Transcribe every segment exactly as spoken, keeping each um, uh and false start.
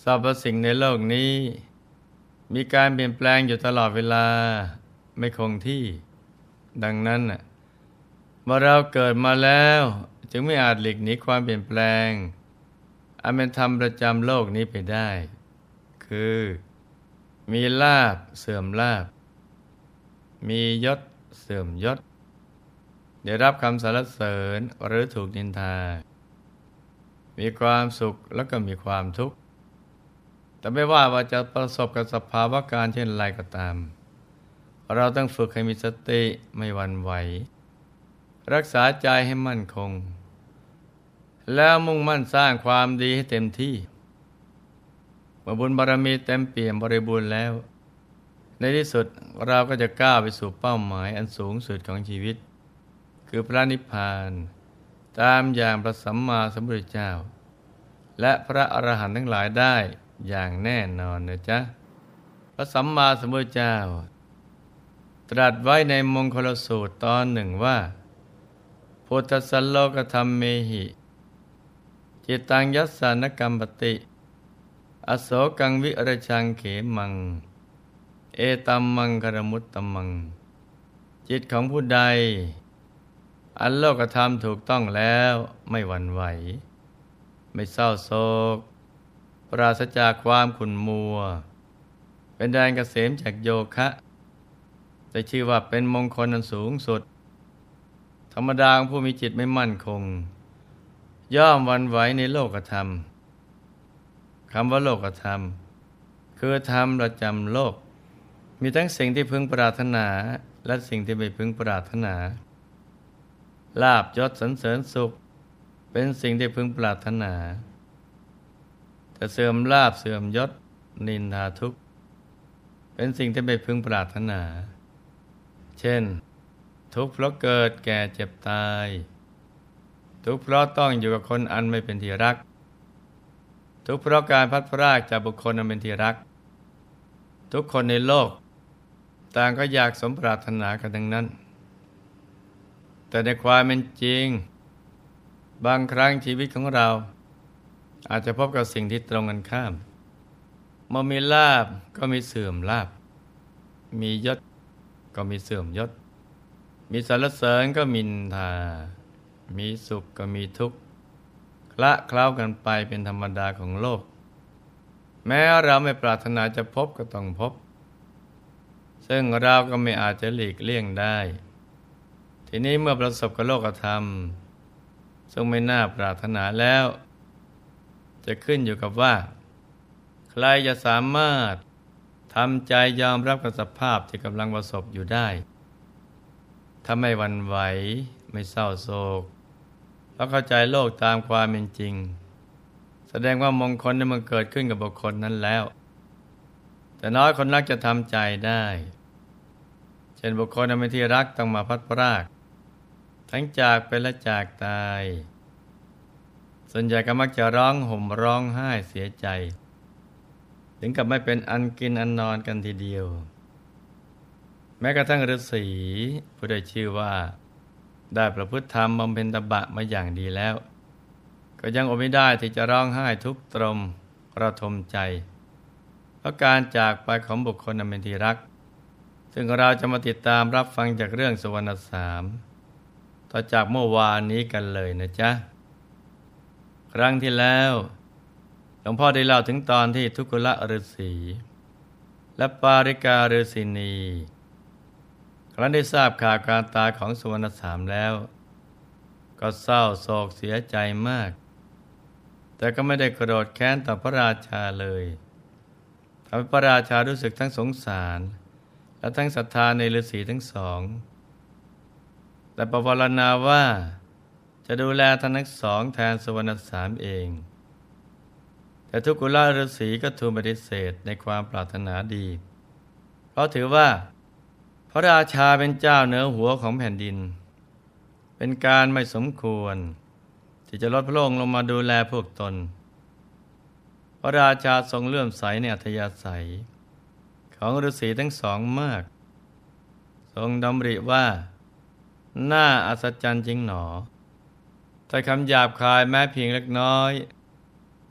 สรรพสิ่งในโลกนี้มีการเปลี่ยนแปลงอยู่ตลอดเวลาไม่คงที่ดังนั้นน่ะเมื่อเราเกิดมาแล้วจึงไม่อาจหลีกหนีความเปลี่ยนแปลงอันเป็นธรรมประจำโลกนี้ไปได้คือมีลาภเสื่อมลาภมียศเสื่อมยศได้รับคำสรรเสริญหรือถูกนินทามีความสุขแล้วก็มีความทุกข์แต่ไม่ว่าว่าจะประสบกับสภาวะการเช่นไรก็ตามเราต้องฝึกให้มีสติไม่หวั่นไหวรักษาใจให้มั่นคงแล้วมุ่งมั่นสร้างความดีให้เต็มที่เมื่อบุญบารมีเต็มเปี่ยมบริบูรณ์แล้วในที่สุดเราก็จะก้าวไปสู่เป้าหมายอันสูงสุดของชีวิตคือพระนิพพานตามอย่างพระสัมมาสัมพุทธเจ้าและพระอรหันต์ทั้งหลายได้อย่างแน่นอนนะจ๊ะพระสัมมาสัมพุทธเจ้าตรัสไว้ในมงคลสูตรตอนหนึ่งว่าพุทธสัลโลกธรรมเมหิจิตตังยัสสานกัมปติอโศกังวิรชังเขมังเอตัมมังคารมุตตมังจิตของผู้ใดอันโลกธรรมถูกต้องแล้วไม่หวั่นไหวไม่เศร้าโศกปราศจากความขุ่นมัวเป็นแดนเกษมจากโยคะได้ชื่อว่าเป็นมงคลอันสูงสุดธรรมดาของผู้มีจิตไม่มั่นคงย่อมหวั่นไหวในโลกธรรมคำว่าโลกธรรมคือธรรมประจำโลกมีทั้งสิ่งที่พึงปรารถนาและสิ่งที่ไม่พึงปรารถนาลาภยศสรรเสริญสุขเป็นสิ่งที่พึงปรารถนาแต่เสื่อมลาภเสื่อมยศนินทาทุกข์เป็นสิ่งที่ไม่พึงปรารถนาเช่นทุกข์เพราะเกิดแก่เจ็บตายทุกข์เพราะต้องอยู่กับคนอันไม่เป็นที่รักทุกข์เพราะการพัดพรากจากบุคคลอันเป็นที่รักทุกคนในโลกต่างก็อยากสมปรารถนากันทั้งนั้นแต่ในความเป็นจริงบางครั้งชีวิตของเราอาจจะพบกับสิ่งที่ตรงกันข้ามเมื่อมีลาภก็มีเสื่อมลาภมียศก็มีเสื่อมยศมีสรรเสริญก็มีนินทามีสุขก็มีทุกข์คละเคล้ากันไปเป็นธรรมดาของโลกแม้เราไม่ปรารถนาจะพบก็ต้องพบซึ่งเราก็ไม่อาจจะหลีกเลี่ยงได้ทีนี้เมื่อประสบกับโลกธรรมซึ่งไม่น่าปรารถนาแล้วจะขึ้นอยู่กับว่าใครจะสามารถทำใจยอมรับกับสภาพที่กำลังประสบอยู่ได้ถ้าไม่หวั่นไหวไม่เศร้าโศกแล้วเข้าใจโลกตามความเป็นจริงแสดงว่ามงคลได้มันเกิดขึ้นกับบุคคลนั้นแล้วแต่น้อยคนรักจะทำใจได้เช่นบุคคลที่เป็นที่รักต้องมาพัดพรากทั้งจากไปและจากตายส่วนใหญ่ก็มักจะร้องห่มร้องไห้เสียใจถึงกับไม่เป็นอันกินอันนอนกันทีเดียวแม้กระทั่งฤาษีผู้ได้ชื่อว่าได้ประพฤติธรรมบำเพ็ญตบะมาอย่างดีแล้วก็ยังอดไม่ได้ที่จะร้องไห้ทุกตรมระทมใจเพราะการจากไปของบุคคลอันเป็นที่รักซึ่งเราจะมาติดตามรับฟังจากเรื่องสุวรรณสามต่อจากเมื่อวานนี้กันเลยนะจ๊ะครั้งที่แล้วหลวงพ่อได้เล่าถึงตอนที่ทุกุลฤาษีและปาริกาฤาษีนีครั้นได้ทราบข่าวการตายของสุวรรณสามแล้วก็เศร้าโศกเสียใจมากแต่ก็ไม่ได้โกรธแค้นต่อพระราชาเลยทำให้พระราชารู้สึกทั้งสงสารและทั้งศรัทธาในฤาษีทั้งสองแต่ประวรณาว่าจะดูแลท่านทั้งสองแทนสุวรรณสามเองแต่ทุกุลฤาษีก็ทูลปฏิเสธในความปรารถนาดีเพราะถือว่าพระราชาเป็นเจ้าเหนือหัวของแผ่นดินเป็นการไม่สมควรที่จะลดพระองค์ลงมาดูแลพวกตนพระราชาทรงเลื่อมใสในอัธยาศัยของฤาษีทั้งสองมากทรงดำริว่าน่าอัศจรรย์จริงหนอถ้อยคำหยาบคายแม้เพียงเล็กน้อย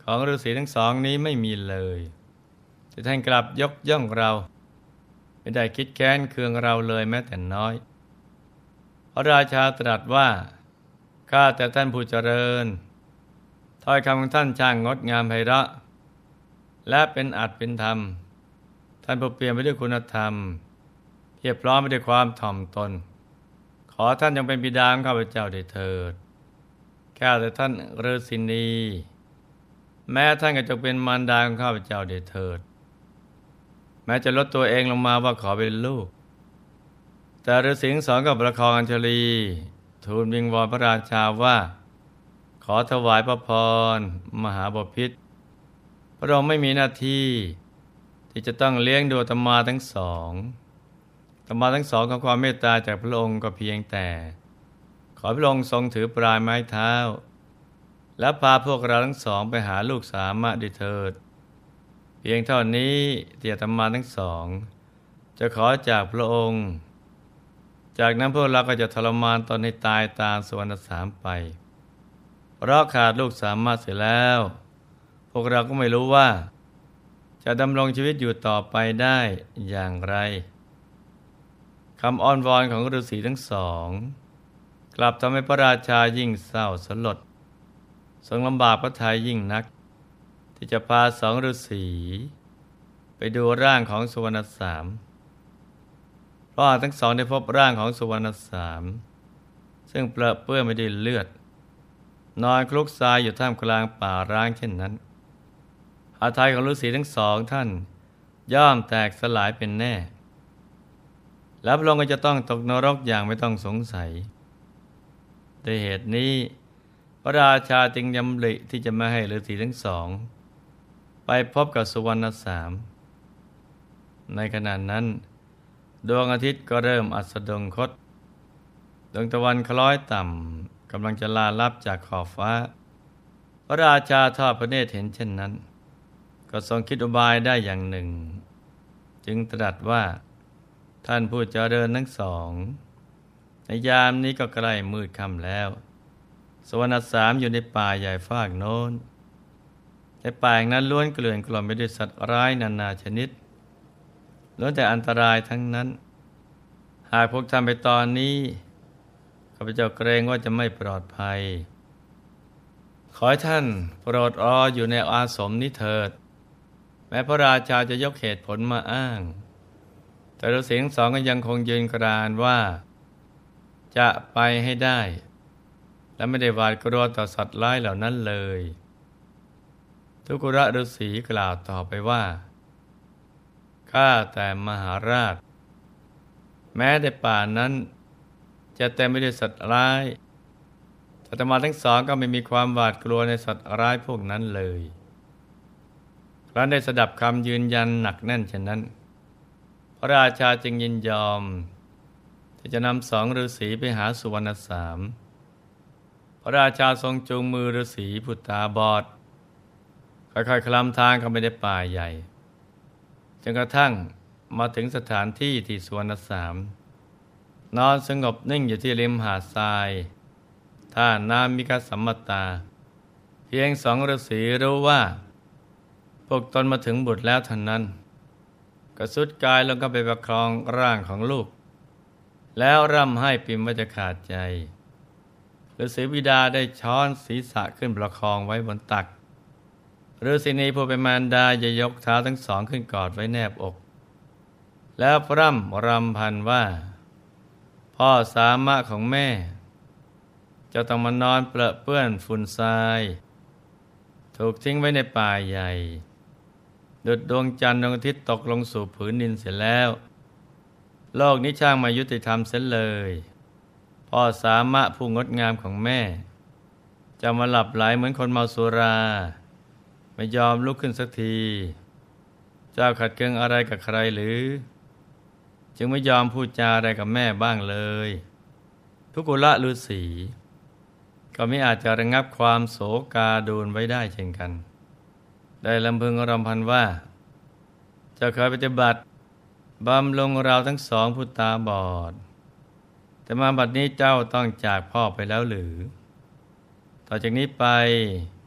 ของฤาษีทั้งสองนี้ไม่มีเลยแต่ท่านกลับยกย่องเราไม่ได้คิดแค้นเคืองเราเลยแม้แต่น้อยพระราชาตรัสว่าข้าแต่ท่านผู้เจริญถ้อยคำของท่านช่างงดงามไพเราะและเป็นอัตเป็นธรรมท่านผู้เปี่ยมไปด้วยคุณธรรมเพียบพร้อมไปด้วยความถ่อมตนขอท่านจงเป็นบิดาของข้าพเจ้าด้วยเถิดข้าแต่ท่านฤาษีนีแม้ท่านก็จงเป็นมารดาของข้าพเจ้าด้วยเถิดแม้จะลดตัวเองลงมาว่าขอเป็นลูกแต่ฤาษีทั้งสองก็ประคองอัญชลีทูลวิงวอนพระราชาว่าขอถวายพระพรมหาบพิตรพระองค์ไม่มีหน้าที่ที่จะต้องเลี้ยงดูอาตมาทั้งสองอาตมาทั้งสองขอความเมตตาจากพระองค์ก็เพียงแต่ขอพระองค์ทรงถือปลายไม้เท้าและพาพวกเราทั้งสองไปหาลูกสามะด้วยเถิดเพียงเท่านี้ที่อาตมาทั้งสองจะขอจากพระองค์จากนั้นพวกเราก็จะทรมานตนให้ตายตามสวรรค์สามไปเพราะขาดลูกสามะเสียแล้วพวกเราก็ไม่รู้ว่าจะดำรงชีวิตอยู่ต่อไปได้อย่างไรคำอ้อนวอนของฤาษีทั้งสองกลับทำให้พระราชายิ่งเศร้าสลดทรงลำบากพระทัยยิ่งนักที่จะพาสองฤาษีไปดูร่างของสุวรรณสามเพราะทั้งสองได้พบร่างของสุวรรณสามซึ่งเปรอะเปื้อนไปด้วยเลือดนอนคลุกทรายอยู่ท่ามกลางป่าร้างเช่นนั้นหาทัยของฤาษีทั้งสองท่านย่อมแตกสลายเป็นแน่แล้วพระองค์ก็จะต้องตกนรกอย่างไม่ต้องสงสัยด้วยเหตุนี้พระราชาจึงยำริที่จะไม่ให้ฤาษีทั้งสองไปพบกับสุวรรณสามในขณะนั้นดวงอาทิตย์ก็เริ่มอัสดงคตดวงตะวันคล้อยต่ำกำลังจะลาลับจากขอบฟ้าพระราชาทอดพระเนตรเห็นเช่นนั้นก็ทรงคิดอุบายได้อย่างหนึ่งจึงตรัสว่าท่านผู้เจริญทั้งสองในยามนี้ก็ใกล้มืดค่ำแล้วสวรรค์สามอยู่ในป่าใหญ่ฟากโน้นแต่ป่านั้นล้วนเกลื่อนกล่อมไปด้วยสัตว์ร้ายนานาชนิดล้วนแต่อันตรายทั้งนั้นหากพวกท่านไปตอนนี้ข้าพเจ้าเกรงว่าจะไม่ปลอดภัยขอให้ท่านโปรดรออยู่ในอาสมนี้เถิดแม้พระราชาจะยกเหตุผลมาอ้างแต่ฤาษีทั้งสองก็ยังคงยืนกรานว่าจะไปให้ได้และไม่ได้หวาดกลัวต่อสัตว์ร้ายเหล่านั้นเลยทุกุระฤาษีกล่าวต่อไปว่าข้าแต่มหาราชแม้ในป่านั้นจะเต็มไปด้วยสัตว์ร้ายอาตมาทั้งสองก็ไม่มีความหวาดกลัวในสัตว์ร้ายพวกนั้นเลยครั้นได้สดับคำยืนยันหนักแน่นเช่นนั้นพระราชาจึงยินยอมที่จะนำสองฤาษีไปหาสุวรรณสามพระราชาทรงจูงมือฤาษีผู้ตาบอดค่อยๆคลำทางเข้าไปในป่าใหญ่จนกระทั่งมาถึงสถานที่ที่สุวรรณสามนอนสงบนิ่งอยู่ที่ริมหาดทรายท่าน้ำมิกสัมมตาเพียงสองฤาษีรู้ว่าพวกตนมาถึงบุตรแล้วเท่านั้นก็สุดกายลงก็ไปประคองร่างของลูกแล้วร่ำให้ปิมว่าจะขาดใจฤาษีบิดาได้ช้อนศีรษะขึ้นประคองไว้บนตักฤาษีนีผู้เป็นมารดาจะยกเท้าทั้งสองขึ้นกอดไว้แนบอกแล้วพร่ำรำพันว่าพ่อสามะของแม่จะต้องมานอนเปรอะเปื้อนฝุ่นทรายถูกทิ้งไว้ในป่าใหญ่ดุจดวงจันทร์ดวงอาทิตย์ตกลงสู่ผืนดินเสียแล้วโลกนี้ช่างมายุติธรรมเสียเลยพ่อสามะผู้งดงามของแม่จะมาหลับไหลเหมือนคนเมาสุราไม่ยอมลุกขึ้นสักทีเจ้าขัดเคืองอะไรกับใครหรือจึงไม่ยอมพูดจาอะไรกับแม่บ้างเลยทุกุละฤาษีก็ไม่อาจจะระงับความโศกาดูนไว้ได้เช่นกันได้ลำพึงรำพันว่าเจ้าเคยปฏิบัติบำรุงเราทั้งสองผู้ตาบอดแต่มาบัดนี้เจ้าต้องจากพ่อไปแล้วหรือต่อจากนี้ไป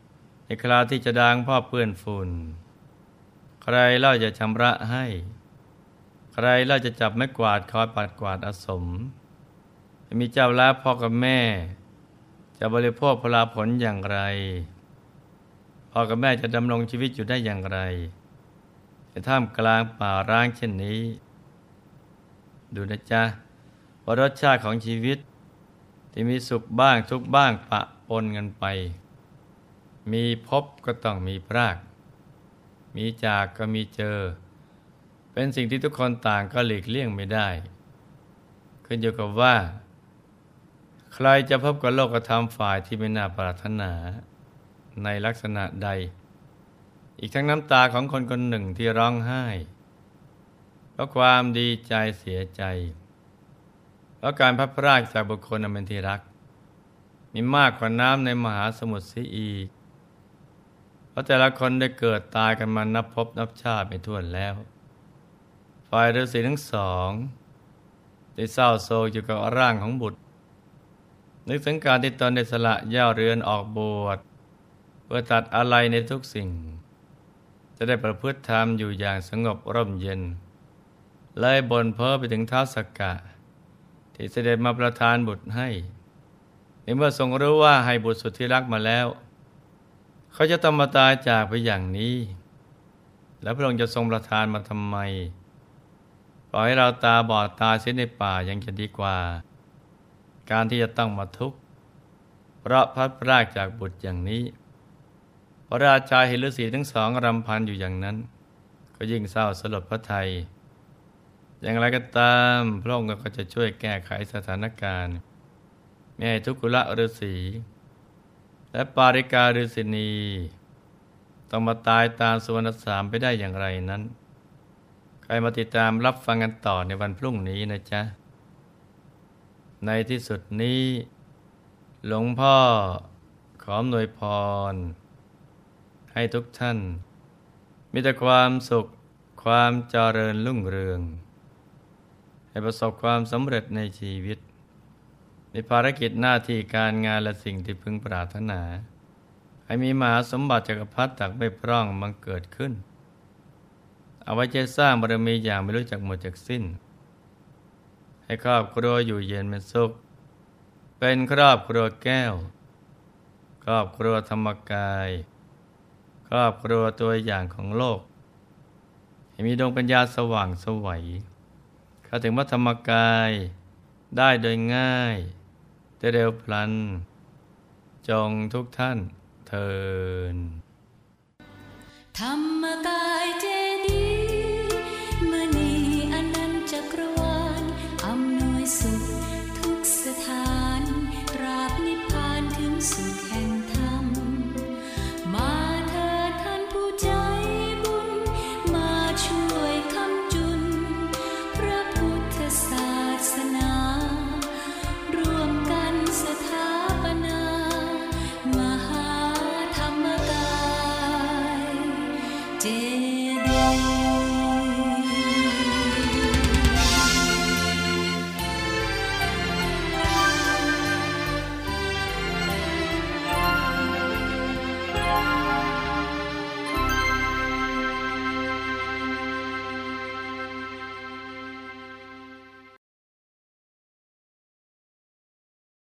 ในคราวที่จะดางพ่อเปื้อนฝุ่นใครเล่าจะชำระให้ใครเล่าจะจับไม้กวาดคอยปัดกวาดอาสมมีเจ้าแล้วพ่อกับแม่จะบริโภคพลาผลอย่างไรพ่อกับแม่จะดำรงชีวิตอยู่ได้อย่างไรในท่ามกลางป่าร้างเช่นนี้ดูนะจ๊ะว่ารสชาติของชีวิตที่มีสุขบ้างทุกข์บ้างปะปนกันไปมีพบก็ต้องมีพรากมีจากก็มีเจอเป็นสิ่งที่ทุกคนต่างก็หลีกเลี่ยงไม่ได้ขึ้นอยู่กับว่าใครจะพบกับโลกธรรมฝ่ายที่ไม่น่าปรารถนาในลักษณะใดอีกทั้งน้ำตาของคนคนหนึ่งที่ร้องไห้เพราะความดีใจเสียใจเพราะการพัดพรากจากบุคคลอันเป็นที่รักมีมากกว่าน้ำในมหาสมุทรเสียอีกเพราะแต่ละคนได้เกิดตายกันมานับพบนับชาติไม่ถ้วนแล้วฝ่ายฤาษีทั้งสองได้เศร้าโศกอยู่กับร่างของบุตรนึกถึงการที่ตนได้สละเหย้าเรือนออกบวชเพื่อตัดอะไรในทุกสิ่งจะได้ประพฤติธรรมอยู่อย่างสงบร่มเย็นเลยบ่นเพ้อไปถึงท้าวสักกะที่เสด็จมาประทานบุตรให้ในเมื่อทรงรู้ว่าให้บุตรสุดที่รักมาแล้วเขาจะต้องมาตายจากไปอย่างนี้แล้วพระองค์จะทรงประทานมาทำไมปล่อยให้เราตาบอดตายเสียในป่ายังจะดีกว่าการที่จะต้องมาทุกข์เพราะพลัดพรากจากบุตรอย่างนี้พระราชาเห็นฤาษีทั้งสองรำพันอยู่อย่างนั้นก็ยิ่งเศร้าสลดพระทัยอย่างไรก็ตามพระองค์ก็จะช่วยแก้ไขสถานการณ์ไม่ให้ทุกขุละฤาษีและปาริกาฤาษีนีต้องมาตายตามสุวรรณสามไปได้อย่างไรนั้นใครมาติดตามรับฟังกันต่อในวันพรุ่งนี้นะจ๊ะในที่สุดนี้หลวงพ่อขออำนวยพรให้ทุกท่านมีแต่ความสุขความเจริญรุ่งเรืองให้ประสบความสำเร็จในชีวิตในภารกิจหน้าที่การงานและสิ่งที่พึงปรารถนาให้มีมหาสมบัติจักรพรรดิตักไม่พร่องบังเกิดขึ้นเอาไว้จะสร้างบารมีอย่างไม่รู้จักหมดจักสิ้นให้ครอบครัวอยู่เย็นเป็นสุขเป็นครอบครัวแก้วครอบครัวธรรมกายครอบครัวตัวอย่างของโลกให้มีดวงปัญญาสว่างไสวเข้าถึงพระธรรมกายได้โดยง่ายแต่เร็วพลันจงทุกท่านเทอญธรรมกายเจดี